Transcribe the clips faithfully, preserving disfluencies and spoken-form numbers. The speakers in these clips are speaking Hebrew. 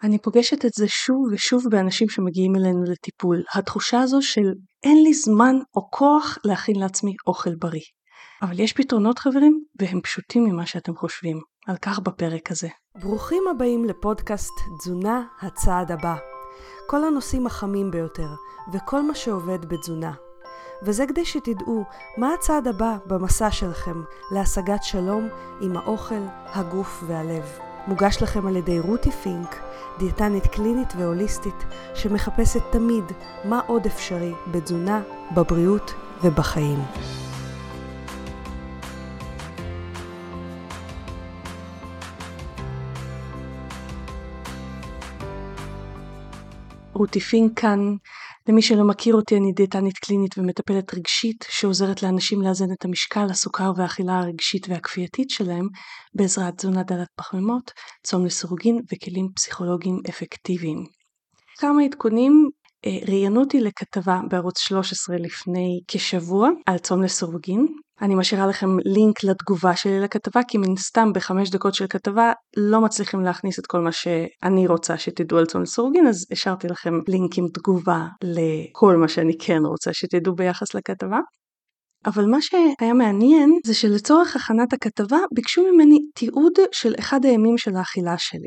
אני פוגשת את זה שוב ושוב באנשים שמגיעים אלינו לטיפול. התחושה הזו של אין לי זמן או כוח להכין לעצמי אוכל בריא. אבל יש פתרונות חברים, והם פשוטים ממה שאתם חושבים. על כך בפרק הזה. ברוכים הבאים לפודקאסט תזונה הצעד הבא. כל הנושאים החמים ביותר, וכל מה שעובד בתזונה. וזה כדי שתדעו מה הצעד הבא במסע שלכם להשגת שלום עם האוכל, הגוף והלב. מוגש לכם על ידי רותי פינק, דיאטנית קלינית והוליסטית שמחפשת תמיד מה עוד אפשרי בתזונה, בבריאות ובחיים. רותי פינק כאן. למי שלא מכיר אותי, אני דיאטנית קלינית ומטפלת רגשית שעוזרת לאנשים לאזן את המשקל, הסוכר והאכילה הרגשית והכפייתית שלהם בעזרת תזונה דלת פחמימות, צום לסירוגין וכלים פסיכולוגיים אפקטיביים. כמה עדכונים. ראיינו אותי לכתבה בערוץ שלוש עשרה לפני כשבוע על צום לסירוגין. אני משאירה לכם לינק לתגובה שלי לכתבה, כי מן סתם בחמש דקות של כתבה לא מצליחים להכניס את כל מה שאני רוצה שתדעו על צום לסירוגין, אז השארתי לכם לינק עם תגובה לכל מה שאני כן רוצה שתדעו ביחס לכתבה. אבל מה שהיה מעניין זה שלצורך הכנת הכתבה ביקשו ממני תיעוד של אחד הימים של האכילה שלי.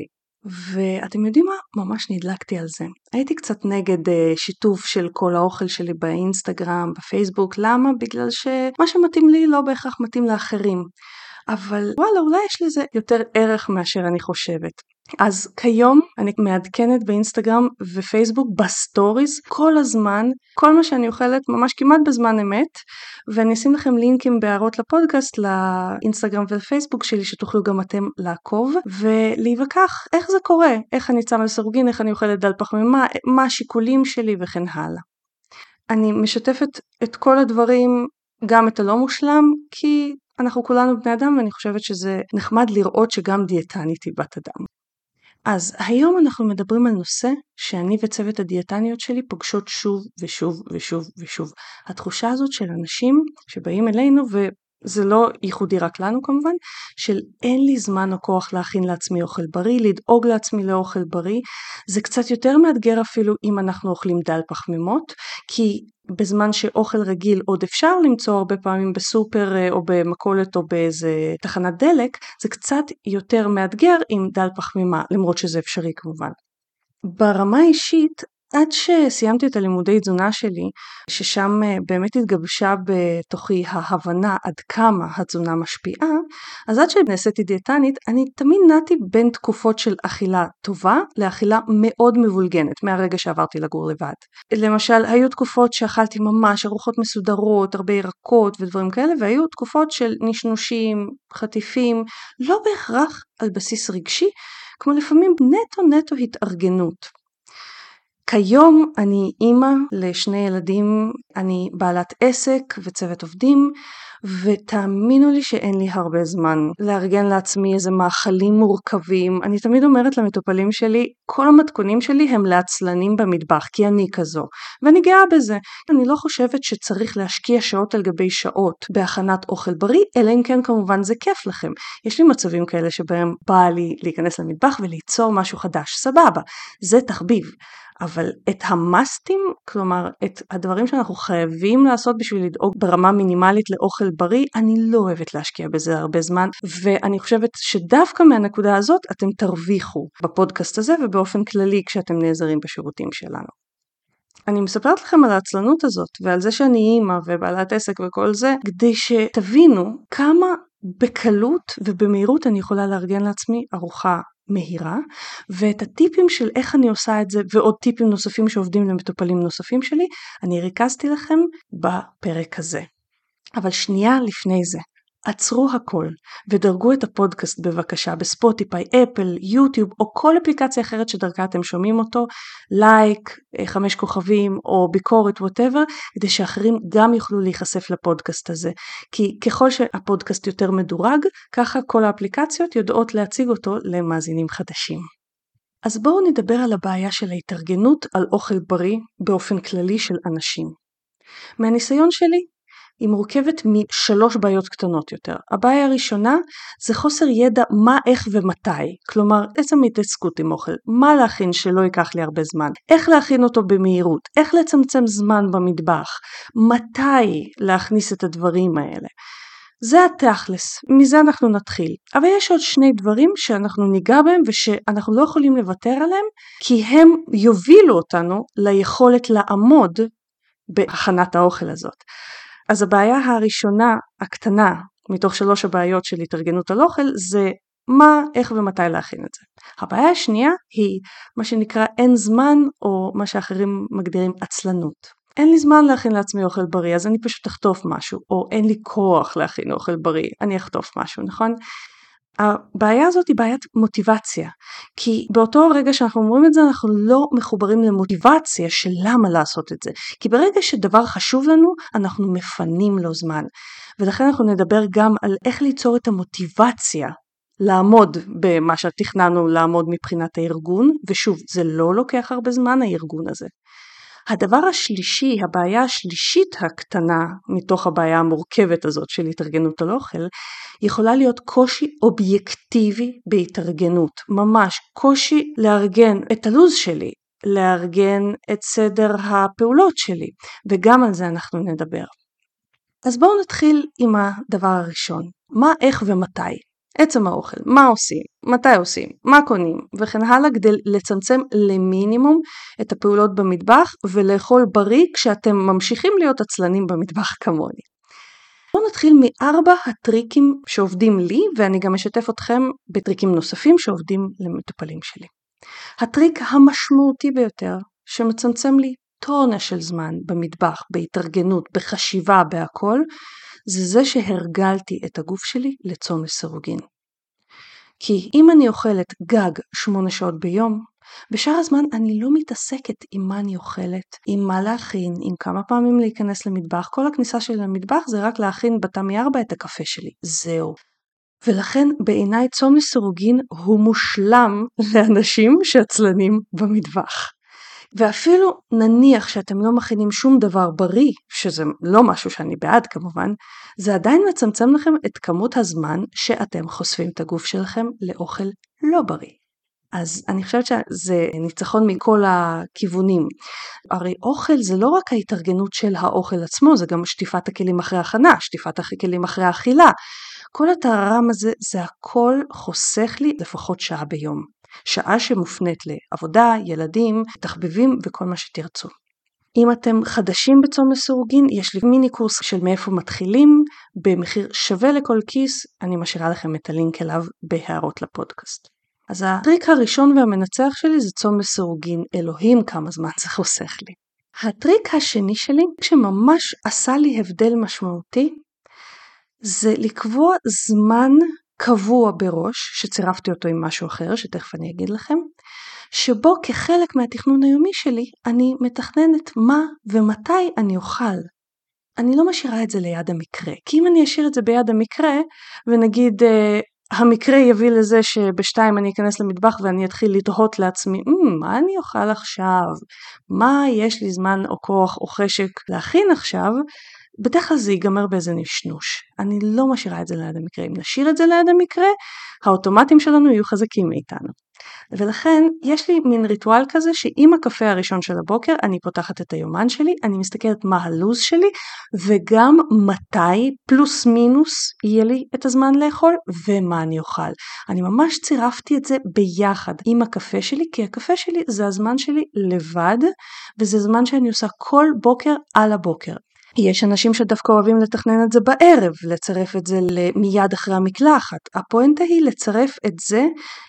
ואתם יודעים מה? ממש נדלקתי על זה. הייתי קצת נגד uh, שיתוף של כל האוכל שלי באינסטגרם, בפייסבוק. למה? בגלל שמה שמתאים לי לא בהכרח מתאים לאחרים. אבל וואלה, אולי יש לזה יותר ערך מאשר אני חושבת. אז כיום אני מעדכנת באינסטגרם ופייסבוק בסטוריז כל הזמן, כל מה שאני אוכלת ממש כמעט בזמן אמת, ואני אשים לכם לינקים בהערות לפודקאסט לאינסטגרם ולפייסבוק שלי שתוכלו גם אתם לעקוב ולהיווכח איך זה קורה, איך אני צמה לסירוגין, איך אני אוכלת דל פחמימה, מה השיקולים שלי וכן הלאה. אני משתפת את כל הדברים, גם את הלא מושלם, כי אנחנו כולנו בני אדם ואני חושבת שזה נחמד לראות שגם דיאטנית היא בת אדם. אז היום אנחנו מדברים על נושא שאני וצוות הדיאטניות שלי פוגשות שוב ושוב ושוב ושוב. התחושה הזאת של אנשים שבאים אלינו, וזה לא ייחודי רק לנו כמובן, של אין לי זמן או כוח להכין לעצמי אוכל בריא, לדאוג לעצמי לאוכל בריא. זה קצת יותר מאתגר אפילו אם אנחנו אוכלים דל פחמימות, כי בזמן שאוכל רגיל עוד אפשר למצוא הרבה פעמים בסופר או במכולת או באיזה תחנת דלק, זה קצת יותר מאתגר עם דל פחמימה, למרות שזה אפשרי כמובן. ברמה האישית, עד שסיימתי את הלימודי תזונה שלי, ששם באמת התגבשה בתוכי ההבנה עד כמה התזונה משפיעה, אז עד שנעשיתי דיאטנית, אני תמיד נעתי בין תקופות של אכילה טובה לאכילה מאוד מבולגנת, מהרגע שעברתי לגור לבד. למשל, היו תקופות שאכלתי ממש ארוחות מסודרות, הרבה ירקות ודברים כאלה, והיו תקופות של נשנושים, חטיפים, לא בהכרח על בסיס רגשי, כמו לפעמים נטו נטו התארגנות. כיום אני אימא לשני ילדים, אני בעלת עסק וצוות עובדים, ותאמינו לי שאין לי הרבה זמן לארגן לעצמי איזה מאכלים מורכבים. אני תמיד אומרת למטופלים שלי, כל המתכונים שלי הם לעצלנים במטבח, כי אני כזו, ואני גאה בזה. אני לא חושבת שצריך להשקיע שעות על גבי שעות בהכנת אוכל בריא, אלא אם כן כמובן זה כיף לכם. יש לי מצבים כאלה שבהם בא לי להיכנס למטבח וליצור משהו חדש, סבבה, זה תחביב. אבל את המאסטים, כלומר את הדברים שאנחנו חייבים לעשות בשביל לדאוג ברמה מינימלית לאוכל בריא, אני לא אוהבת להשקיע בזה הרבה זמן, ואני חושבת שדווקא מהנקודה הזאת אתם תרוויחו בפודקאסט הזה ובאופן כללי כשאתם נעזרים בשירותים שלנו. אני מספרת לכם על העצלנות הזאת ועל זה שאני אימא ובעלת עסק וכל זה, כדי שתבינו כמה בקלות ובמהירות אני יכולה לארגן לעצמי ארוחה מהירה, ואת הטיפים של איך אני עושה את זה ועוד טיפים נוספים שעובדים למטופלים נוספים שלי, אני ריכזתי לכם בפרק הזה. אבל שנייה לפני זה, עצרו הכל ודרגו את הפודקאסט בבקשה בספוטיפיי, אפל, יוטיוב או כל אפליקציה אחרת שדרכה אתם שומעים אותו, לייק, חמש כוכבים או ביקורת, whatever, כדי שאחרים גם יוכלו להיחשף לפודקאסט הזה. כי ככל שהפודקאסט יותר מדורג, ככה כל האפליקציות יודעות להציג אותו למאזינים חדשים. אז בואו נדבר על הבעיה של ההתארגנות על אוכל בריא באופן כללי של אנשים. מהניסיון שלי, היא מורכבת משלוש בעיות קטנות יותר. הבעיה הראשונה זה חוסר ידע מה, איך ומתי. כלומר, עצם התעסקות עם אוכל. מה להכין שלא ייקח לי הרבה זמן. איך להכין אותו במהירות. איך לצמצם זמן במטבח. מתי להכניס את הדברים האלה. זה התכלס. מזה אנחנו נתחיל. אבל יש עוד שני דברים שאנחנו ניגע בהם ושאנחנו לא יכולים לוותר עליהם, כי הם יובילו אותנו ליכולת לעמוד בהכנת האוכל הזאת. אז הבעיה הראשונה, הקטנה, מתוך שלוש הבעיות של התארגנות על אוכל, זה מה, איך ומתי להכין את זה. הבעיה השנייה היא מה שנקרא אין זמן, או מה שאחרים מגדירים עצלנות. אין לי זמן להכין לעצמי אוכל בריא, אז אני פשוט אחטוף משהו, או אין לי כוח להכין אוכל בריא, אני אחטוף משהו, נכון? הבעיה הזאת היא בעיית מוטיבציה, כי באותו רגע שאנחנו אומרים את זה, אנחנו לא מחוברים למוטיבציה של למה לעשות את זה, כי ברגע שדבר חשוב לנו, אנחנו מפנים לו זמן, ולכן אנחנו נדבר גם על איך ליצור את המוטיבציה, לעמוד במה שתכננו לעמוד מבחינת הארגון, ושוב, זה לא לוקח הרבה זמן הארגון הזה. הדבר השלישי, הבעיה השלישית הקטנה מתוך הבעיה המורכבת הזאת של התארגנות על אוכל, יכולה להיות קושי אובייקטיבי בהתארגנות, ממש קושי לארגן את הלוז שלי, לארגן את סדר הפעולות שלי, וגם על זה אנחנו נדבר. אז בואו נתחיל עם הדבר הראשון, מה, איך ומתי. עצם האוכל, מה עושים, מתי עושים, מה קונים וכן הלאה כדי לצמצם למינימום את הפעולות במטבח ולאכול בריא כשאתם ממשיכים להיות עצלנים במטבח כמוני. בואו נתחיל מארבע הטריקים שעובדים לי ואני גם אשתף אתכם בטריקים נוספים שעובדים למטופלים שלי. הטריק המשמעותי ביותר שמצמצם לי טונה של זמן במטבח, בהתארגנות, בחשיבה, בהכל, זה זה שהרגלתי את הגוף שלי לצום לסירוגין. כי אם אני אוכלת גג שמונה שעות ביום, בשאר הזמן אני לא מתעסקת עם מה אני אוכלת, עם מה להכין, עם כמה פעמים להיכנס למטבח. כל הכניסה שלי למטבח זה רק להכין בתמי ארבע את הקפה שלי. זהו. ולכן בעיניי צום לסירוגין הוא מושלם לאנשים שעצלנים במטבח. ואפילו נניח שאתם לא מכינים שום דבר בריא, שזה לא משהו שאני בעד כמובן, זה עדיין מצמצם לכם את כמות הזמן שאתם חושפים את הגוף שלכם לאוכל לא בריא. אז אני חושבת שזה ניצחון מכל הכיוונים. הרי אוכל זה לא רק ההתארגנות של האוכל עצמו, זה גם שטיפת הכלים אחרי הכנה, שטיפת הכלים אחרי האכילה. כל התרם הזה, זה הכל חוסך לי לפחות שעה ביום. שעה שמופנית לעבודה, ילדים, תחביבים וכל מה שתרצו. אם אתם חדשים בצום לסירוגין, יש לי מיני קורס של מאיפה מתחילים, במחיר שווה לכל כיס, אני משאירה לכם את הלינק אליו בהערות לפודקאסט. אז הטריק הראשון והמנצח שלי זה צום לסירוגין, אלוהים כמה זמן זה חוסך לי. הטריק השני שלי, שממש עשה לי הבדל משמעותי, זה לקבוע זמן קבוע בראש, שצירפתי אותו עם משהו אחר, שתכף אני אגיד לכם, שבו כחלק מהתכנון היומי שלי, אני מתכננת מה ומתי אני אוכל. אני לא משאירה את זה ליד המקרה, כי אם אני אשאיר את זה ביד המקרה, ונגיד אה, המקרה יביא לזה שבשתיים אני אכנס למטבח ואני אתחיל לתהות לעצמי, מה אני אוכל עכשיו? מה יש לי זמן או כוח או חשק להכין עכשיו? בדרך כלל זה ייגמר באיזה נשנוש. אני לא משאירה את זה ליד המקרה. אם נשאיר את זה ליד המקרה, האוטומטים שלנו יהיו חזקים מאיתנו. ולכן יש לי מין ריטואל כזה שעם הקפה הראשון של הבוקר אני פותחת את היומן שלי, אני מסתכלת מה הלוז שלי, וגם מתי פלוס מינוס יהיה לי את הזמן לאכול ומה אני אוכל. אני ממש צירפתי את זה ביחד עם הקפה שלי, כי הקפה שלי זה הזמן שלי לבד, וזה זמן שאני עושה כל בוקר על הבוקר. יש אנשים שדווקא אוהבים לתכנן את זה בערב, לצרף את זה מיד אחרי המקלחת. הפואנטה היא לצרף את זה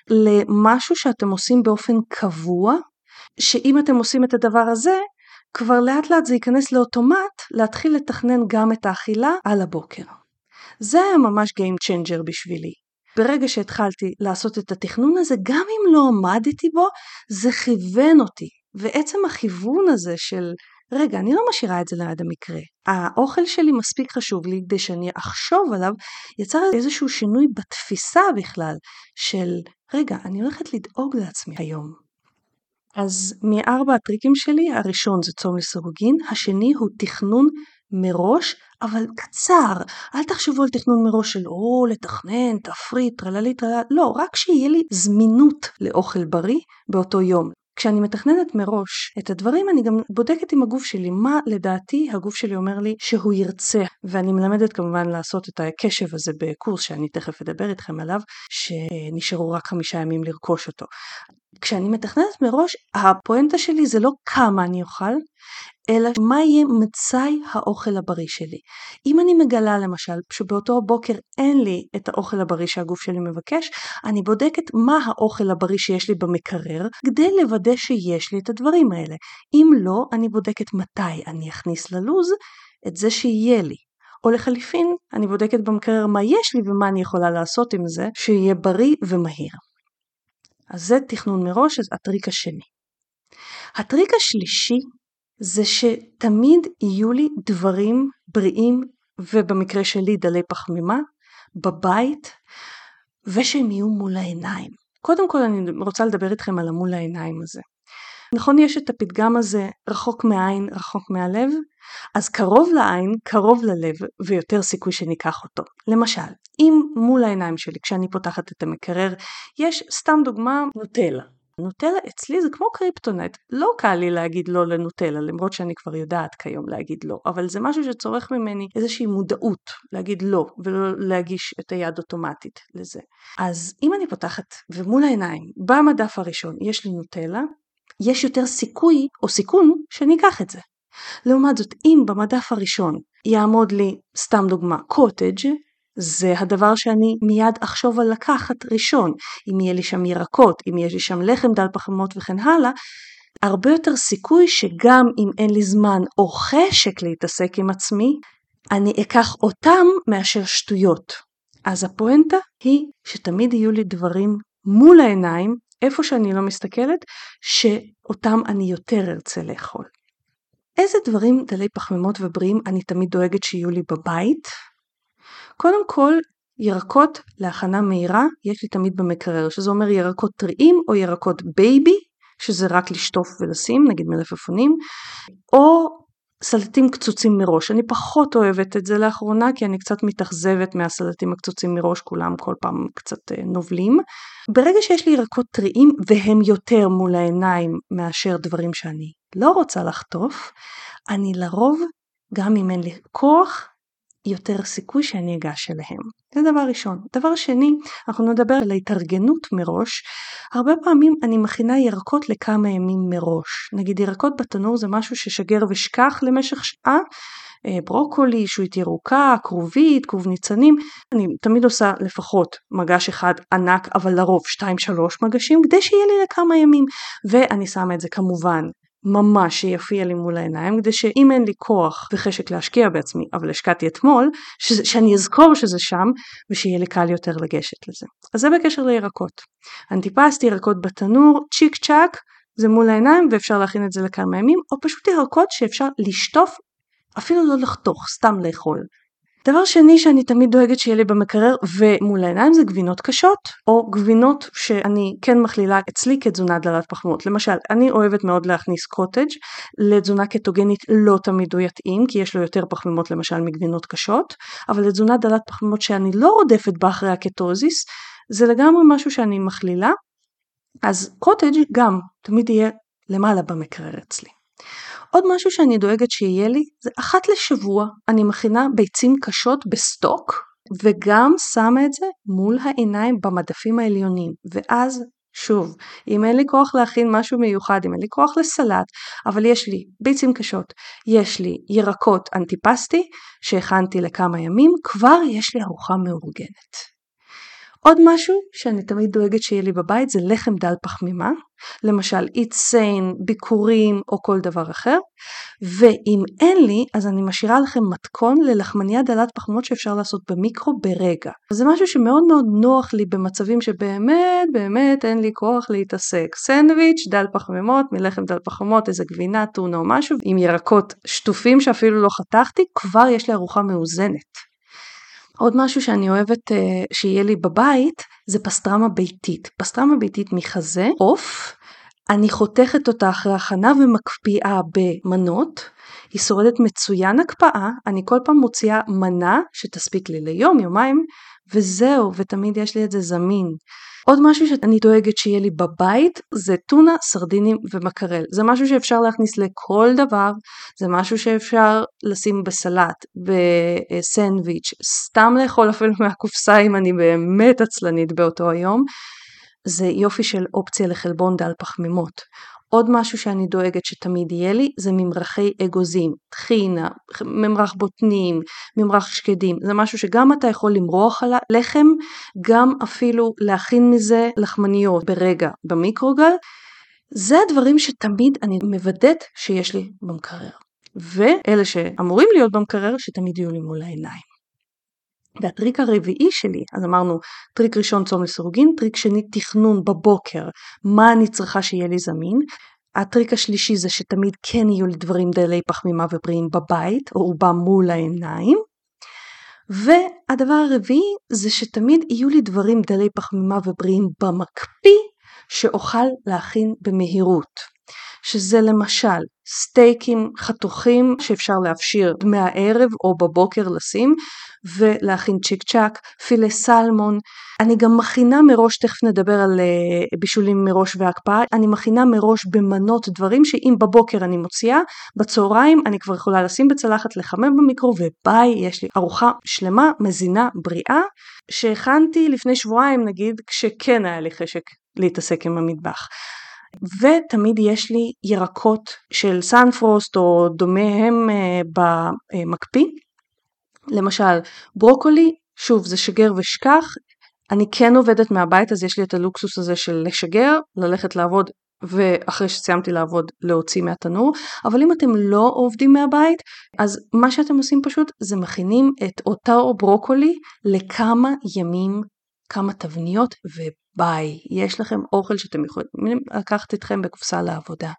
למשהו שאתם עושים באופן קבוע, שאם אתם עושים את הדבר הזה, כבר לאט לאט זה ייכנס לאוטומט, להתחיל לתכנן גם את האכילה על הבוקר. זה היה ממש game changer בשבילי. ברגע שהתחלתי לעשות את התכנון הזה, גם אם לא עמדתי בו, זה כיוון אותי. ועצם הכיוון הזה של רגע, אני לא משאירה את זה ליד המקרה. האוכל שלי מספיק חשוב לי כדי שאני אחשוב עליו, יצר איזשהו שינוי בתפיסה בכלל של רגע, אני הולכת לדאוג לעצמי היום. אז מארבע הטריקים שלי, הראשון זה צום לסירוגין, השני הוא תכנון מראש, אבל קצר. אל תחשבו על תכנון מראש של או לתכנן, תפריט, טרללי, טרללי. לא, רק שיהיה לי זמינות לאוכל בריא באותו יום. כשאני מתכננת מראש את הדברים, אני גם בודקת עם הגוף שלי מה לדעתי הגוף שלי אומר לי שהוא ירצה. ואני מלמדת כמובן לעשות את הקשב הזה בקורס שאני תכף אדבר איתכם עליו, שנשארו רק חמישה ימים לרכוש אותו. כשאני מתכננת מראש, הפואנטה שלי זה לא כמה אני אוכל, אלא מה יהיה מצאי האוכל הבריא שלי. אם אני מגלה למשל שבאותו בוקר אין לי את האוכל הבריא שהגוף שלי מבקש, אני בודקת מה האוכל הבריא שיש לי במקרר, כדי לוודא שיש לי את הדברים האלה. אם לא, אני בודקת מתי אני אכניס ללוז את זה שיהיה לי. או לחליפין, אני בודקת במקרר מה יש לי ומה אני יכולה לעשות עם זה, שיהיה בריא ומהיר. אז זה תכנון מראש, אז הטריק השני. הטריק השלישי, זה שתמיד יהיו לי דברים בריאים, ובמקרה שלי דלי פחמימה, בבית, ושהם יהיו מול העיניים. קודם כל אני רוצה לדבר איתכם על המול העיניים הזה. נכון, יש את הפתגם הזה, רחוק מהעין, רחוק מהלב, אז קרוב לעין, קרוב ללב, ויותר סיכוי שניקח אותו. למשל, אם מול העיניים שלי, כשאני פותחת את המקרר, יש סתם דוגמה, נוטלה. נוטלה אצלי זה כמו קריפטונט, לא קל לי להגיד לא לנוטלה, למרות שאני כבר יודעת כיום להגיד לא, אבל זה משהו שצורך ממני איזושהי מודעות, להגיד לא, ולא להגיש את היד אוטומטית לזה. אז אם אני פותחת, ומול העיניים, במדף הראשון יש לי נוטלה, יש יותר סיכוי או סיכון שאני אקח את זה. לעומת זאת, אם במדף הראשון יעמוד לי, סתם דוגמה, קוטג', זה הדבר שאני מיד אחשוב על לקחת ראשון. אם יהיה לי שם ירקות, אם יש לי שם לחם דל פחמימות וכן הלאה, הרבה יותר סיכוי שגם אם אין לי זמן או חשק להתעסק עם עצמי, אני אקח אותם מאשר שטויות. אז הפואנטה היא שתמיד יהיו לי דברים מול העיניים, איפה שאני לא מסתכלת, שאותם אני יותר ארצה לאכול. איזה דברים דלי פחמימות ובריאים אני תמיד דואגת שיהיו לי בבית? קודם כל, ירקות להכנה מהירה יש לי תמיד במקרר, שזה אומר ירקות טריים או ירקות בייבי, שזה רק לשטוף ולשים, נגיד מלפפונים, או סלטים קצוצים מראש. אני פחות אוהבת את זה לאחרונה, כי אני קצת מתאכזבת מהסלטים הקצוצים מראש, כולם כל פעם קצת נובלים. ברגע שיש לי ירקות טריים, והם יותר מול העיניים מאשר דברים שאני לא רוצה לחטוף, אני לרוב, גם אם אין לי כוח, יותר סיכוי שאני אגש אליהם. זה דבר ראשון. דבר שני, אנחנו נדבר על ההתארגנות מראש. הרבה פעמים אני מכינה ירקות לכמה ימים מראש. נגיד ירקות בתנור זה משהו ששגר ושכח למשך שעה, ברוקולי, שועית ירוקה, כרובית, כרוב ניצנים. אני תמיד עושה לפחות מגש אחד ענק, אבל לרוב שתיים שלוש מגשים, כדי שיהיה לי לכמה ימים. ואני שמה את זה כמובן ממש שיפיע לי מול העיניים, כדי שאם אין לי כוח וחשק להשקיע בעצמי, אבל השקעתי אתמול, ש- שאני אזכור שזה שם, ושיהיה לי קל יותר לגשת לזה. אז זה בקשר לירקות. אנטיפסטי, ירקות בתנור, צ'יק צ'ק, זה מול העיניים, ואפשר להכין את זה לכמה ימים, או פשוט ירקות שאפשר לשטוף, אפילו לא לחתוך, סתם לאכול. דבר שני שאני תמיד דואגת שיהיה לי במקרר ומול העיניים זה גבינות קשות, או גבינות שאני כן מכלילה אצלי כתזונה דלת פחמימות. למשל, אני אוהבת מאוד להכניס קוטג' לתזונה קטוגנית, לא תמיד הוא יתאים, כי יש לו יותר פחמימות למשל מגבינות קשות, אבל לתזונה דלת פחמימות שאני לא רודפת בה אחרי הקטוזיס, זה לגמרי משהו שאני מכלילה, אז קוטג' גם תמיד יהיה למעלה במקרר אצלי. עוד משהו שאני דואגת שיהיה לי, זה אחת לשבוע אני מכינה ביצים קשות בסטוק, וגם שמה את זה מול העיניים במדפים העליונים, ואז שוב, אם אין לי כוח להכין משהו מיוחד, אם אין לי כוח לסלט, אבל יש לי ביצים קשות, יש לי ירקות אנטיפסטי, שהכנתי לכמה ימים, כבר יש לי ארוחה מאורגנת. עוד משהו שאני תמיד דואגת שיהיה לי בבית זה לחם דל פחמימה, למשל איטסיין, ביקורים או כל דבר אחר, ואם אין לי אז אני משאירה לכם מתכון ללחמניה דלת פחמימות שאפשר לעשות במיקרו ברגע. זה משהו שמאוד מאוד נוח לי במצבים שבאמת באמת אין לי כוח להתעסק. סנדוויץ' דל פחמימות, מלחם דל פחמימות, איזה גבינה, טונה או משהו, עם ירקות שטופים שאפילו לא חתכתי, כבר יש לי ארוחה מאוזנת. עוד משהו שאני אוהבת uh, שיהיה לי בבית, זה פסטרמה ביתית. פסטרמה ביתית מחזה, עוף, אני חותכת אותה אחרי הכנה ומקפיאה במנות, היא שורדת מצוין הקפאה, אני כל פעם מוציאה מנה שתספיק לי ליום, יומיים, וזהו, ותמיד יש לי את זה זמין. עוד משהו שאני דואגת שיהיה לי בבית, זה טונה, סרדינים ומקרל. זה משהו שאפשר להכניס לכל דבר, זה משהו שאפשר לשים בסלט, בסנדוויץ', סתם לאכול אפילו מהקופסה אם אני באמת עצלנית באותו היום. זה יופי של אופציה לחלבון דל פחמימות. עוד משהו שאני דואגת שתמיד יהיה לי, זה ממרחי אגוזים, טחינה, ממרח בוטנים, ממרח שקדים. זה משהו שגם אתה יכול למרוח על הלחם, גם אפילו להכין מזה לחמניות ברגע במיקרוגל. זה הדברים שתמיד אני מוודאת שיש לי במקרר. ואלה שאמורים להיות במקרר, שתמיד יהיו לי מול העיניים. והטריק הרביעי שלי, אז אמרנו, טריק ראשון צום לסירוגין, טריק שני תכנון בבוקר, מה אני צריכה שיהיה לי זמין. הטריק השלישי זה שתמיד כן יהיו לי דברים דלי פחמימה ובריאים בבית, או רובם מול העיניים. והדבר הרביעי זה שתמיד יהיו לי דברים דלי פחמימה ובריאים במקפיא, שאוכל להכין במהירות. שזה למשל סטייקים חתוכים שאפשר להפשיר מהערב או בבוקר לשים ולהכין צ'יק צ'ק, פילה סלמון. אני גם מכינה מראש, תכף נדבר על בישולים מראש והקפאה, אני מכינה מראש במנות דברים שאם בבוקר אני מוציאה, בצהריים אני כבר יכולה לשים בצלחת, לחמם במיקרו וביי, יש לי ארוחה שלמה, מזינה, בריאה, שהכנתי לפני שבועיים נגיד, כשכן היה לי חשק להתעסק עם המטבח. ותמיד יש לי ירקות של סנפרוסט או דומיהם במקפיא, למשל ברוקולי, שוב זה שגר ושכח, אני כן עובדת מהבית אז יש לי את הלוקסוס הזה של לשגר, ללכת לעבוד ואחרי שסיימתי לעבוד להוציא מהתנור, אבל אם אתם לא עובדים מהבית, אז מה שאתם עושים פשוט זה מכינים את אותו ברוקולי לכמה ימים, כמה תבניות וביי, יש לכם אוכל שאתם יכולים לקחת אתכם בקופסה לעבודה.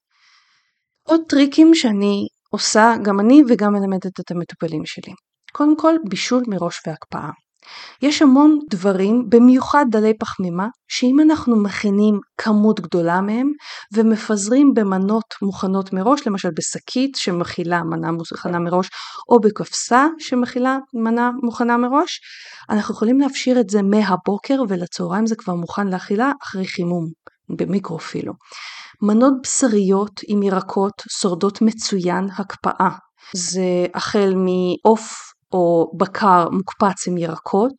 עוד טריקים שאני עושה, גם אני וגם מלמדת את המטופלים שלי. קודם כל, בישול מראש והקפאה. יש המון דברים, במיוחד דלי פחמימה, שאם אנחנו מכינים כמות גדולה מהם, ומפזרים במנות מוכנות מראש, למשל בשקית שמכילה מנה מוכנה מראש, או בקופסה שמכילה מנה מוכנה מראש, אנחנו יכולים להפשיר את זה מהבוקר, ולצהריים זה כבר מוכן לאכילה אחרי חימום, במיקרופילו. מנות בשריות עם ירקות שורדות מצוין הקפאה. זה החל מעוף או בקר מוקפץ עם ירקות,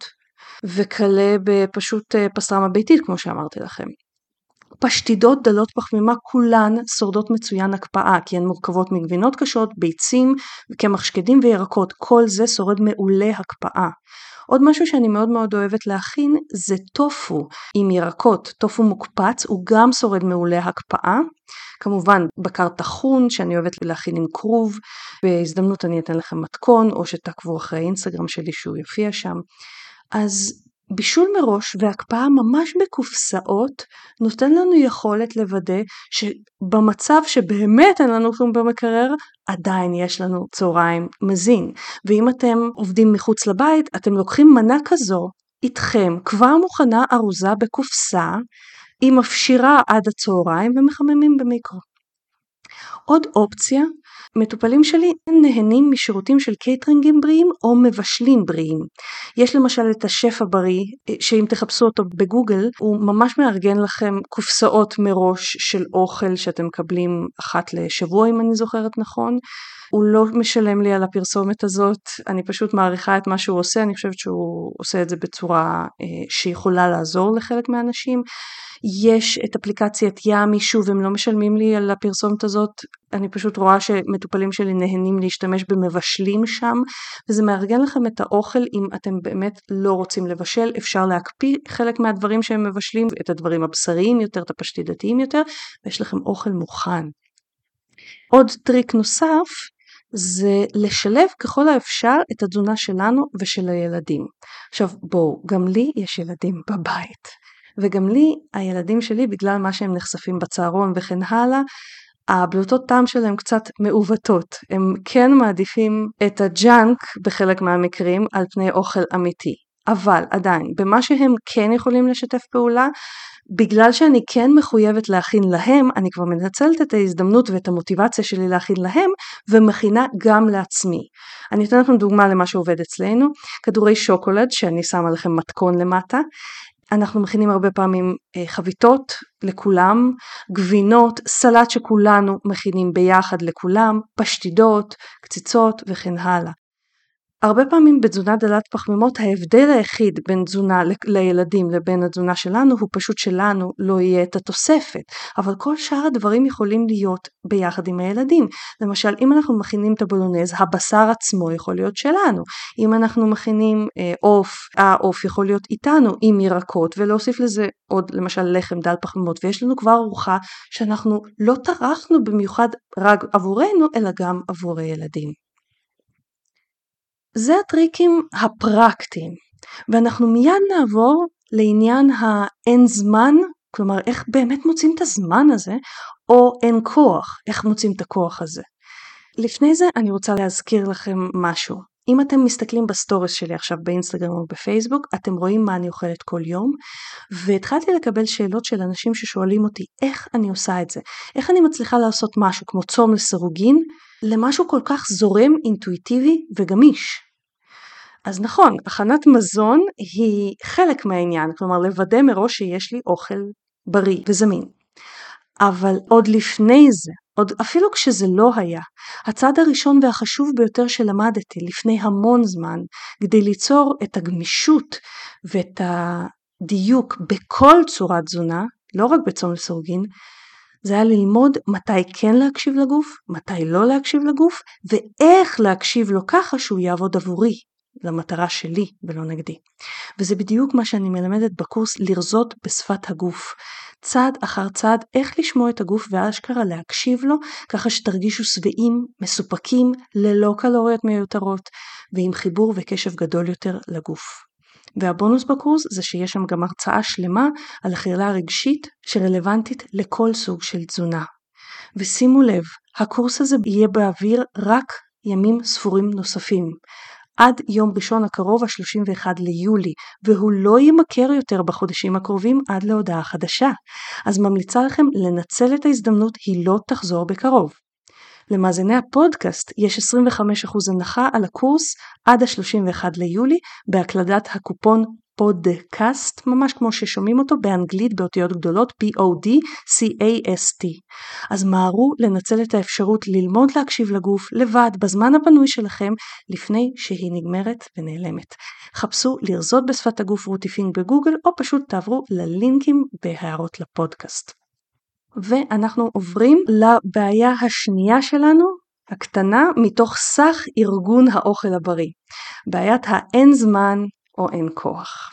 וכלה בפשוט פסטרמה ביתית כמו שאמרתי לכם. פשטידות דלות פחמימה כולן שורדות מצוין הקפאה, כי הן מורכבות מגבינות קשות, ביצים, קמח שקדים וירקות, כל זה שורד מעולה הקפאה. עוד משהו שאני מאוד מאוד אוהבת להכין זה טופו עם ירקות, טופו מוקפץ, הוא גם שורד מעולה הקפאה, כמובן בקר טחון שאני אוהבת להכין עם כרוב, בהזדמנות אני אתן לכם מתכון או שתעקבו אחרי האינסטגרם שלי שהוא יופיע שם. אז בישול מראש והקפאה ממש בקופסאות נותן לנו יכולת לוודא שבמצב שבאמת אין לנו כלום במקרר, עדיין יש לנו צהריים מזין. ואם אתם עובדים מחוץ לבית, אתם לוקחים מנה כזו איתכם כבר מוכנה ארוזה בקופסה, היא מפשירה עד הצהריים ומחממים במיקרו. עוד אופציה, מטופלים שלי נהנים משירותים של קייטרינגים בריאים או מבשלים בריאים. יש למשל את השף הבריא, שאם תחפשו אותו בגוגל, הוא ממש מארגן לכם קופסאות מראש של אוכל שאתם מקבלים אחת לשבוע אם אני זוכרת נכון. הוא לא משלם לי על הפרסומת הזאת, אני פשוט מעריכה את מה שהוא עושה, אני חושבת שהוא עושה את זה בצורה שיכולה לעזור לחלק מהאנשים. יש את אפליקציית ימי, שוב הם לא משלמים לי על הפרסומת הזאת, אני פשוט רואה שמטופלים שלי נהנים להשתמש במבשלים שם, וזה מארגן לכם את האוכל אם אתם באמת לא רוצים לבשל, אפשר להקפיא חלק מהדברים שהם מבשלים, את הדברים הבשריים יותר, את הפשטידתיים יותר, ויש לכם אוכל מוכן. עוד טריק נוסף, זה לשלב ככל האפשר את התזונה שלנו ושל הילדים. עכשיו בואו, גם לי יש ילדים בבית, וגם לי הילדים שלי בגלל מה שהם נחשפים בצהרון וכן הלאה, הבלוטות טעם שלהם קצת מעוותות, הם כן מעדיפים את הג'אנק בחלק מהמקרים על פני אוכל אמיתי, אבל עדיין במה שהם כן יכולים לשתף פעולה, בגלל שאני כן מחויבת להכין להם, אני כבר מנצלת את ההזדמנות ואת המוטיבציה שלי להכין להם, ומכינה גם לעצמי. אני אתן לכם דוגמה למה שעובד אצלנו, כדורי שוקולד שאני שמה לכם מתכון למטה, אנחנו מכינים הרבה פעמים חביתות לכולם, גבינות, סלט שכולנו מכינים ביחד לכולם, פשטידות, קציצות וכן הלאה. הרבה פעמים בתזונה דלת פחמימות ההבדל היחיד בין תזונה לילדים לבין התזונה שלנו הוא פשוט שלנו לא יהיה את התוספת, אבל כל שאר הדברים יכולים להיות ביחד עם הילדים. למשל אם אנחנו מכינים את הבולונז, הבשר עצמו יכול להיות שלנו, אם אנחנו מכינים עוף, העוף יכול להיות איתנו עם ירקות ולהוסיף לזה עוד למשל לחם דל פחמימות, ויש לנו כבר ארוחה שאנחנו לא טרחנו במיוחד רק עבורנו אלא גם עבור הילדים. זה הטריקים הפרקטיים, ואנחנו מיד נעבור לעניין האין זמן, כלומר איך באמת מוצאים את הזמן הזה, או אין כוח, איך מוצאים את הכוח הזה. לפני זה אני רוצה להזכיר לכם משהו. אם אתם מסתכלים בסטוריס שלי עכשיו באינסטגרם או בפייסבוק, אתם רואים מה אני אוכלת כל יום, והתחלתי לקבל שאלות של אנשים ששואלים אותי איך אני עושה את זה, איך אני מצליחה לעשות משהו כמו צום לסירוגין, למשהו כל כך זורם, אינטואיטיבי וגמיש. אז נכון, הכנת מזון היא חלק מהעניין, כלומר לוודא מראש שיש לי אוכל בריא וזמין. אבל עוד לפני זה, עוד אפילו כשזה לא היה, הצעד הראשון והחשוב ביותר שלמדתי לפני המון זמן, כדי ליצור את הגמישות ואת הדיוק בכל צורת תזונה, לא רק בצום לסירוגין, זה היה ללמוד מתי כן להקשיב לגוף, מתי לא להקשיב לגוף, ואיך להקשיב לו ככה שהוא יעבוד עבורי, למטרה שלי ולא נגדי. וזה בדיוק מה שאני מלמדת בקורס לרזות בשפת הגוף. צעד אחר צעד איך לשמוע את הגוף ואשכרה להקשיב לו, ככה שתרגישו שבעים, מסופקים, ללא קלוריות מיותרות, ועם חיבור וקשב גדול יותר לגוף. והבונוס בקורס זה שיש שם גם הרצאה שלמה על אכילה הרגשית שרלוונטית לכל סוג של תזונה. ושימו לב, הקורס הזה יהיה באוויר רק ימים ספורים נוספים. עד יום ראשון הקרוב ה-שלושים ואחד ליולי, והוא לא ימכר יותר בחודשים הקרובים עד להודעה חדשה. אז ממליצה לכם לנצל את ההזדמנות, היא לא תחזור בקרוב. למאזיני הפודקאסט יש עשרים וחמישה אחוז הנחה על הקורס עד ה-שלושים ואחד ליולי, בהקלדת הקופון פודקאסט, ממש כמו ששומעים אותו באנגלית באותיות גדולות, P-O-D-C-A-S-T. אז מהרו לנצל את האפשרות ללמוד להקשיב לגוף לבד בזמן הפנוי שלכם לפני שהיא נגמרת ונעלמת. חפשו לרזות בשפת הגוף רוטיפינג בגוגל, או פשוט תעברו ללינקים בהערות לפודקאסט. ואנחנו עוברים לבעיה השנייה שלנו, הקטנה, מתוך סך ארגון האוכל הבריא. בעיית האין זמן או אין כוח.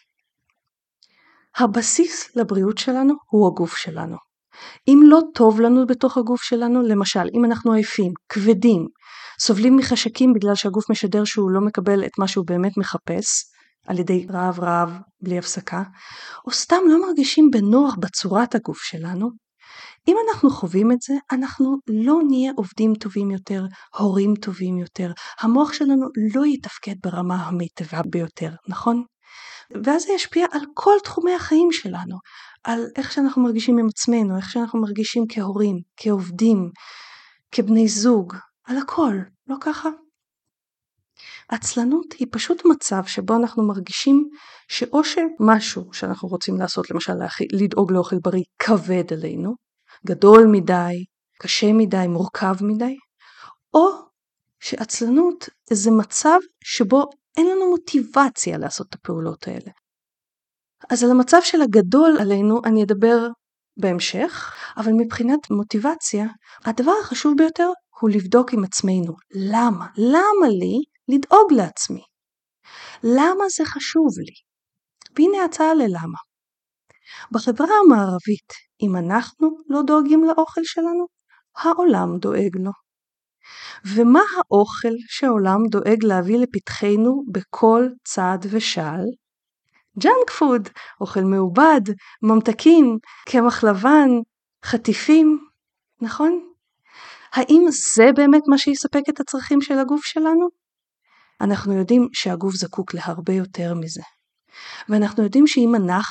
הבסיס לבריאות שלנו הוא הגוף שלנו. אם לא טוב לנו בתוך הגוף שלנו, למשל אם אנחנו עייפים, כבדים, סובלים מחשקים בגלל שהגוף משדר שהוא לא מקבל את מה שהוא באמת מחפש, על ידי רעב רעב בלי הפסקה, או סתם לא מרגישים בנוח בצורת הגוף שלנו, אם אנחנו חווים את זה, אנחנו לא נהיה עובדים טובים יותר, הורים טובים יותר, המוח שלנו לא יתפקד ברמה המיטבה ביותר, נכון? ואז זה ישפיע על כל תחומי החיים שלנו, על איך שאנחנו מרגישים עם עצמנו, איך שאנחנו מרגישים כהורים, כעובדים, כבני זוג, על הכל, לא ככה? עצלנות היא פשוט מצב שבו אנחנו מרגישים שאו שמשהו שאנחנו רוצים לעשות, למשל לדאוג לאוכל בריא, כבד עלינו, גדול מדי, קשה מדי, מורכב מדי, או שעצלנות זה מצב שבו אין לנו מוטיבציה לעשות את הפעולות האלה. אז על המצב של הגדול עלינו אני אדבר בהמשך, אבל מבחינת מוטיבציה, הדבר החשוב ביותר הוא לבדוק עם עצמנו. למה? למה לי לדאוג לעצמי? למה זה חשוב לי? והנה הצעה ללמה. בחברה המערבית, אם אנחנו לא דואגים לאוכל שלנו, העולם דואג לו. ומה האוכל שהעולם דואג להביא לפתחנו בכל צעד ושעל? ג'אנק פוד, אוכל מעובד, ממתקים, קמח לבן, חטיפים, נכון? האם זה באמת מה שיספק את הצרכים של הגוף שלנו? אנחנו יודעים שהגוף זקוק להרבה יותר מזה. ואנחנו יודעים שאם אנחנו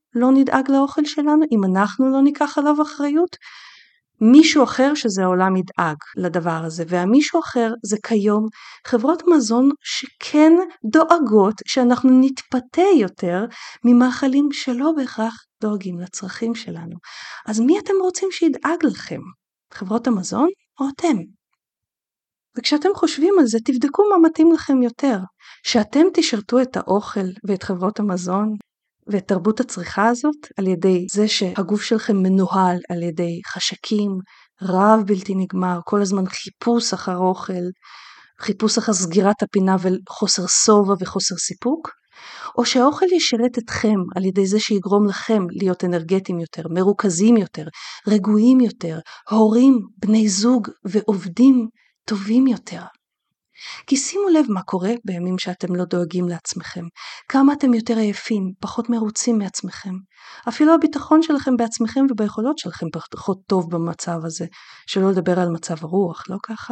לא נדאג לאוכל שלנו, אם אנחנו לא ניקח עליו אחריות, מישהו אחר שזה העולם ידאג לדבר הזה, והמישהו אחר זה כיום חברות מזון שכן דואגות שאנחנו נתפתה יותר ממאכלים שלא בהכרח דואגים לצרכים שלנו. אז מי אתם רוצים שידאג לכם? חברות המזון או אתם? וכשאתם חושבים על זה, תבדקו מה מתאים לכם יותר. שאתם תשרתו את האוכל ואת חברות המזון ואת תרבות הצריכה הזאת על ידי זה שהגוף שלכם מנוהל על ידי חשקים, רעב בלתי נגמר, כל הזמן חיפוש אחר אוכל, חיפוש אחר סגירת הפינה וחוסר סובה וחוסר סיפוק, או שהאוכל ישרת אתכם על ידי זה שיגרום לכם להיות אנרגטיים יותר, מרוכזים יותר, רגועים יותר, הורים, בני זוג ועובדים טובים יותר. כי שימו לב מה קורה בימים שאתם לא דואגים לעצמכם. כמה אתם יותר עייפים, פחות מרוצים מעצמכם. אפילו הביטחון שלכם בעצמכם וביכולות שלכם פחות טוב במצב הזה. שלא לדבר על מצב הרוח, לא ככה?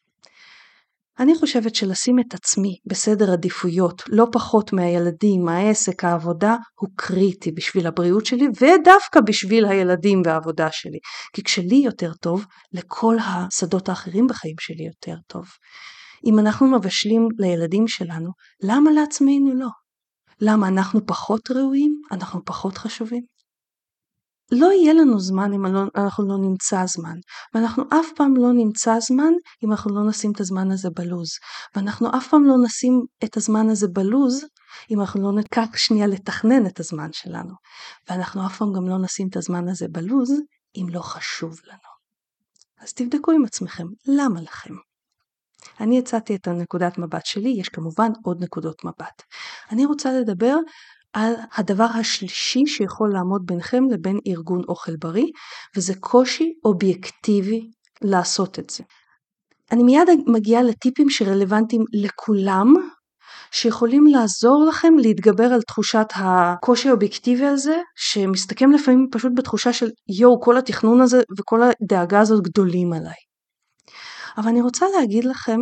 אני חושבת שלשים את עצמי בסדר עדיפויות, לא פחות מהילדים, העסק, העבודה, הוא קריטי בשביל הבריאות שלי, ודווקא בשביל הילדים והעבודה שלי. כי כשלי יותר טוב, לכל השדות האחרים בחיים שלי יותר טוב. אם אנחנו מבשלים לילדים שלנו, למה לעצמנו לא? למה אנחנו פחות ראויים? אנחנו פחות חשובים? לא יהיה לנו זמן אם אנחנו לא נמצא זמן, ואנחנו אף פעם לא נמצא זמן אם אנחנו לא נשים את הזמן הזה בלוז, ואנחנו אף פעם לא נשים את הזמן הזה בלוז אם אנחנו לא ניקח שנייה לתכנן את הזמן שלנו, ואנחנו אף פעם גם לא נשים את הזמן הזה בלוז אם לא חשוב לנו. אז תבדקו עם עצמכם, למה לכם? אני הצעתי את הנקודת מבט שלי, יש כמובן עוד נקודות מבט. אני רוצה לדבר על הדבר השלישי שיכול לעמוד ביניכם לבין ארגון אוכל בריא, וזה קושי אובייקטיבי לעשות את זה. אני מיד מגיעה לטיפים שרלוונטיים לכולם, שיכולים לעזור לכם להתגבר על תחושת הקושי האובייקטיבי הזה, שמסתכם לפעמים פשוט בתחושה של יו, כל התכנון הזה וכל הדאגה הזאת גדולים עליי. אבל אני רוצה להגיד לכם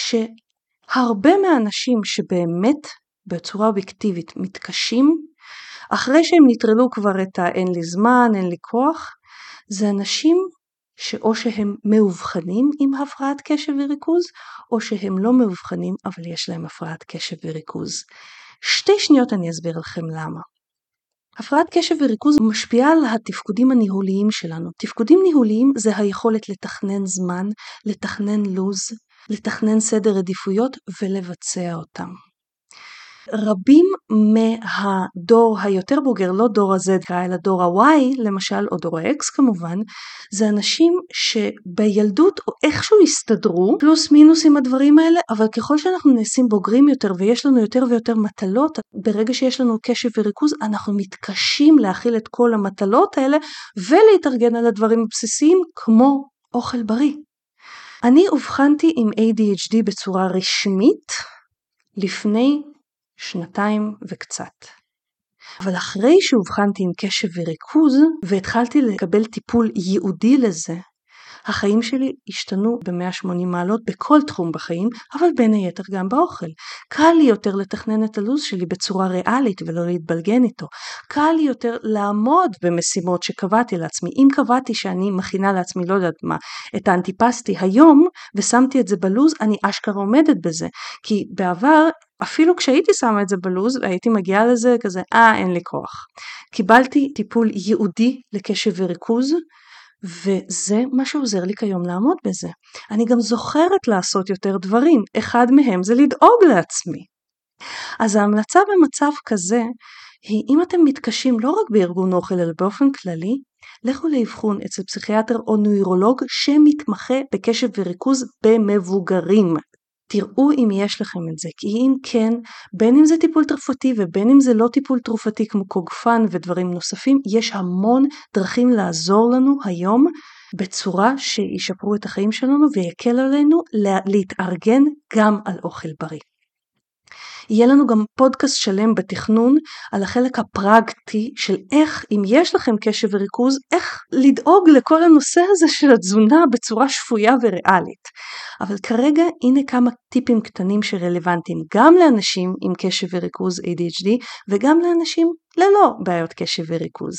שהרבה מהאנשים שבאמת בצורה אובייקטיבית מתקשים, אחרי שהם נטרלו כבר את האין לי זמן, אין לי כוח, זה אנשים שאו שהם מאובחנים עם הפרעת קשב וריכוז, או שהם לא מאובחנים אבל יש להם הפרעת קשב וריכוז. שתי שניות אני אסביר לכם למה. הפרעת קשב וריכוז משפיעה על התפקודים הניהוליים שלנו. תפקודים ניהוליים זה היכולת לתכנן זמן, לתכנן לוז, לתכנן סדר עדיפויות ולבצע אותם. רבים מהדור היותר בוגר, לא דור ה-Z אלא דור ה-Y למשל, או דור ה-X כמובן, זה אנשים שביילדות או איכשהו הסתדרו, פלוס מינוס עם הדברים האלה, אבל ככל שאנחנו נעשים בוגרים יותר ויש לנו יותר ויותר מטלות, ברגע שיש לנו קשב וריכוז, אנחנו מתקשים להכיל את כל המטלות האלה, ולהתארגן על הדברים הבסיסיים כמו אוכל בריא. אני אובחנתי עם איי די אייץ' די בצורה רשמית, לפני שנתיים וקצת. אבל אחרי שהובחנתי עם קשב וריכוז והתחלתי לקבל טיפול ייעודי לזה, החיים שלי השתנו ב-מאה ושמונים מעלות בכל תחום בחיים, אבל בין היתר גם באוכל. קל לי יותר לתכנן את הלוז שלי בצורה ריאלית ולא להתבלגן איתו. קל לי יותר לעמוד במשימות שקבעתי לעצמי. אם קבעתי שאני מכינה לעצמי, לא יודעת מה, את האנטיפסטי היום ושמתי את זה בלוז, אני אשכרה עומדת בזה. כי בעבר, אפילו כשהייתי שמה את זה בלוז, הייתי מגיעה לזה כזה, אה, אין לי כוח. קיבלתי טיפול ייעודי לקשב וריכוז, וזה מה שעוזר לי כיום לעמוד בזה. אני גם זוכרת לעשות יותר דברים. אחד מהם זה לדאוג לעצמי. אז ההמלצה במצב כזה, היא אם אתם מתקשים לא רק בארגון אוכל, אלא באופן כללי, לכו לאבחון אצל פסיכיאטר או נוירולוג שמתמחה בקשב וריכוז במבוגרים. תראו אם יש לכם את זה, כי אם כן, בין אם זה טיפול תרופתי ובין אם זה לא טיפול תרופתי כמו קוגפן ודברים נוספים, יש המון דרכים לעזור לנו היום בצורה שישפרו את החיים שלנו ויקל עלינו להתארגן גם על אוכל בריא. יהיה לנו גם פודקאסט שלם בתכנון על החלק הפרקטי של איך, אם יש לכם קשב וריכוז, איך לדאוג לכל הנושא הזה של התזונה בצורה שפויה וריאלית. אבל כרגע הנה כמה טיפים קטנים שרלוונטיים גם לאנשים עם קשב וריכוז איי די אייץ' די וגם לאנשים ללא בעיות קשב וריכוז.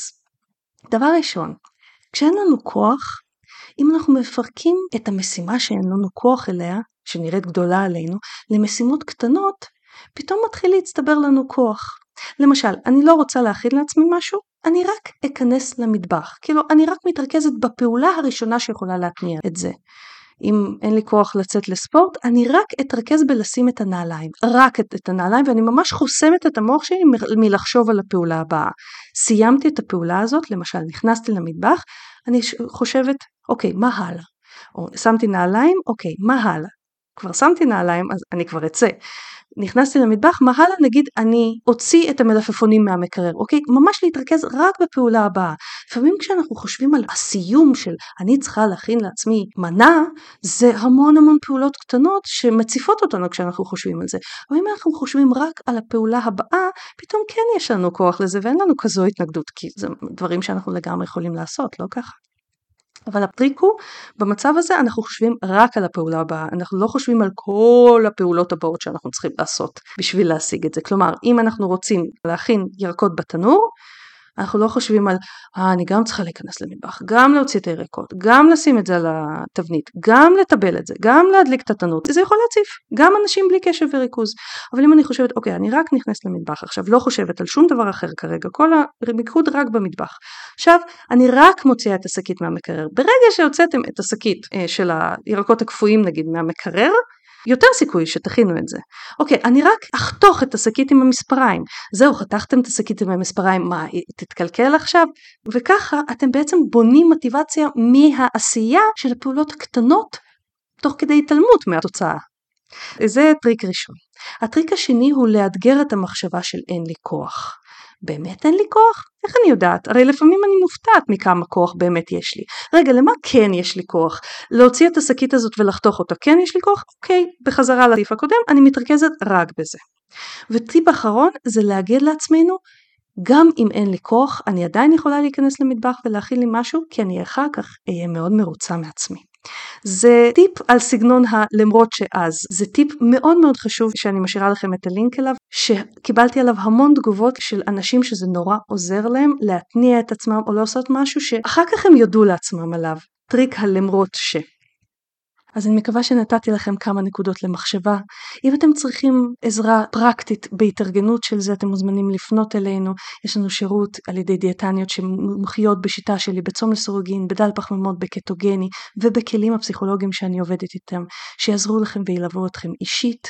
דבר ראשון, כשאין לנו כוח, אם אנחנו מפרקים את המשימה שאין לנו כוח אליה, שנראית גדולה עלינו, למשימות קטנות, פתאום מתחיל להצטבר לנו כוח. למשל, אני לא רוצה להכין לעצמי משהו, אני רק אכנס למטבח. כאילו, אני רק מתרכזת בפעולה הראשונה שיכולה להתניע את זה. אם אין לי כוח לצאת לספורט, אני רק אתרכז בלשים את הנעליים, רק את, את הנעליים, ואני ממש חוסמת את המוח שלי מ- מלחשוב על הפעולה הבאה. סיימתי את הפעולה הזאת, למשל, נכנסתי למטבח, אני חושבת, אוקיי, מה הלאה? או שמתי נעליים, אוקיי, מה הלאה? כבר שמתי נעליים, אז אני כבר אצא. נכנסתי למטבח, מה הלאה? נגיד, אני אוציא את המלפפונים מהמקרר, אוקיי? ממש להתרכז רק בפעולה הבאה. לפעמים כשאנחנו חושבים על הסיום של אני צריכה להכין לעצמי מנה, זה המון המון פעולות קטנות שמציפות אותנו כשאנחנו חושבים על זה. אבל אם אנחנו חושבים רק על הפעולה הבאה, פתאום כן יש לנו כוח לזה, ואין לנו כזו התנגדות, כי זה דברים שאנחנו לגמרי יכולים לעשות, לא ככה? אבל הטריק הוא, במצב הזה אנחנו חושבים רק על הפעולה הבאה, אנחנו לא חושבים על כל הפעולות הבאות שאנחנו צריכים לעשות בשביל להשיג את זה. כלומר, אם אנחנו רוצים להכין ירקות בתנור, אנחנו לא חושבים על, אה, אני גם צריכה להיכנס למטבח, גם להוציא את הירקות, גם לשים את זה על התבנית, גם לטבל את זה, גם להדליק את התנור, זה יכול להציף, גם אנשים בלי קשב וריכוז. אבל אם אני חושבת, אוקיי, אני רק נכנס למטבח, עכשיו לא חושבת על שום דבר אחר כרגע, כל המיקוד רק במטבח. עכשיו, אני רק מוציאה את השקית מהמקרר. ברגע שהוצאתם את השקית אה, של הירקות הקפואים, נגיד, מהמקרר, יותר סיכוי שתכינו את זה. אוקיי, אני רק אחתוך את השקית עם המספריים. זהו, חתכתם את השקית עם המספריים, מה, תתקלקל עכשיו? וככה אתם בעצם בונים מוטיבציה מהעשייה של הפעולות הקטנות, תוך כדי התעלמות מהתוצאה. זה טריק ראשון. הטריק השני הוא לאתגר את המחשבה של אין לי כוח. באמת אין לי כוח? איך אני יודעת? הרי לפעמים אני מופתעת מכמה כוח באמת יש לי. רגע, למה כן יש לי כוח? להוציא את השקית הזאת ולחתוך אותה, כן יש לי כוח? אוקיי, בחזרה לטיפ הקודם, אני מתרכזת רק בזה. וטיפ אחרון זה להגיד לעצמנו, גם אם אין לי כוח, אני עדיין יכולה להיכנס למטבח ולהכין לי משהו, כי אני אחר כך אהיה מאוד מרוצה מעצמי. זה טיפ על סגנון הלמרות שאז, זה טיפ מאוד מאוד חשוב שאני משאירה לכם את הלינק אליו, שקיבלתי עליו המון תגובות של אנשים שזה נורא עוזר להם להתניע את עצמם או לעשות משהו שאחר כך הם יודו לעצמם עליו, טריק הלמרות ש. אז אני מקווה שנתתי לכם כמה נקודות למחשבה. אם אתם צריכים עזרה פרקטית בהתארגנות של זה, אתם מוזמנים לפנות אלינו. יש לנו שירות על ידי דיאטניות שמומחיות בשיטה שלי, בצום לסירוגין, בדל פחמימות, בקטוגני, ובכלים הפסיכולוגיים שאני עובדת איתם, שיעזרו לכם וילוו אתכם אישית.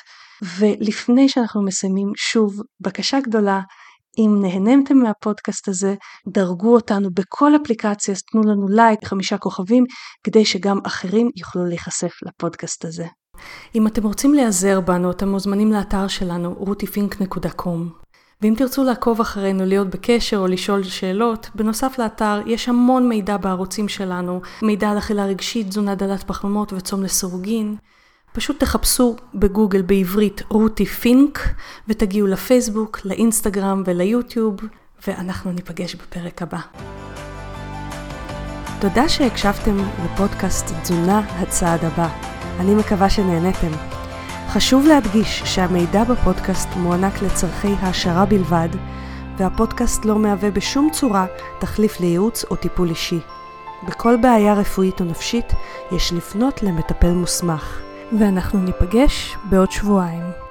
ולפני שאנחנו מסיימים, שוב, בקשה גדולה, אם נהנמתם מהפודקאסט הזה, דרגו אותנו בכל אפליקציה, תנו לנו לייק, חמישה כוכבים, כדי שגם אחרים יוכלו להיחשף לפודקאסט הזה. אם אתם רוצים להיעזר בנו, אתם מוזמנים לאתר שלנו, רותי פינק נקודה קום. ואם תרצו לעקוב אחרינו, להיות בקשר או לשאול שאלות, בנוסף לאתר יש המון מידע בערוצים שלנו, מידע על אכילה רגשית, תזונה דלת פחמימות וצום לסירוגין. פשוט תחפשו בגוגל בעברית רותי פינק ותגיעו לפייסבוק, לאינסטגרם וליוטיוב, ואנחנו ניפגש בפרק הבא. תודה שהקשבתם לפודקאסט תזונה הצעד הבא. אני מקווה שנהנתם. חשוב להדגיש שהמידע בפודקאסט מוענק לצרכי העשרה בלבד, והפודקאסט לא מהווה בשום צורה תחליף לייעוץ או טיפול אישי. בכל בעיה רפואית או נפשית יש לפנות למטפל מוסמך. ואנחנו ניפגש בעוד שבועיים.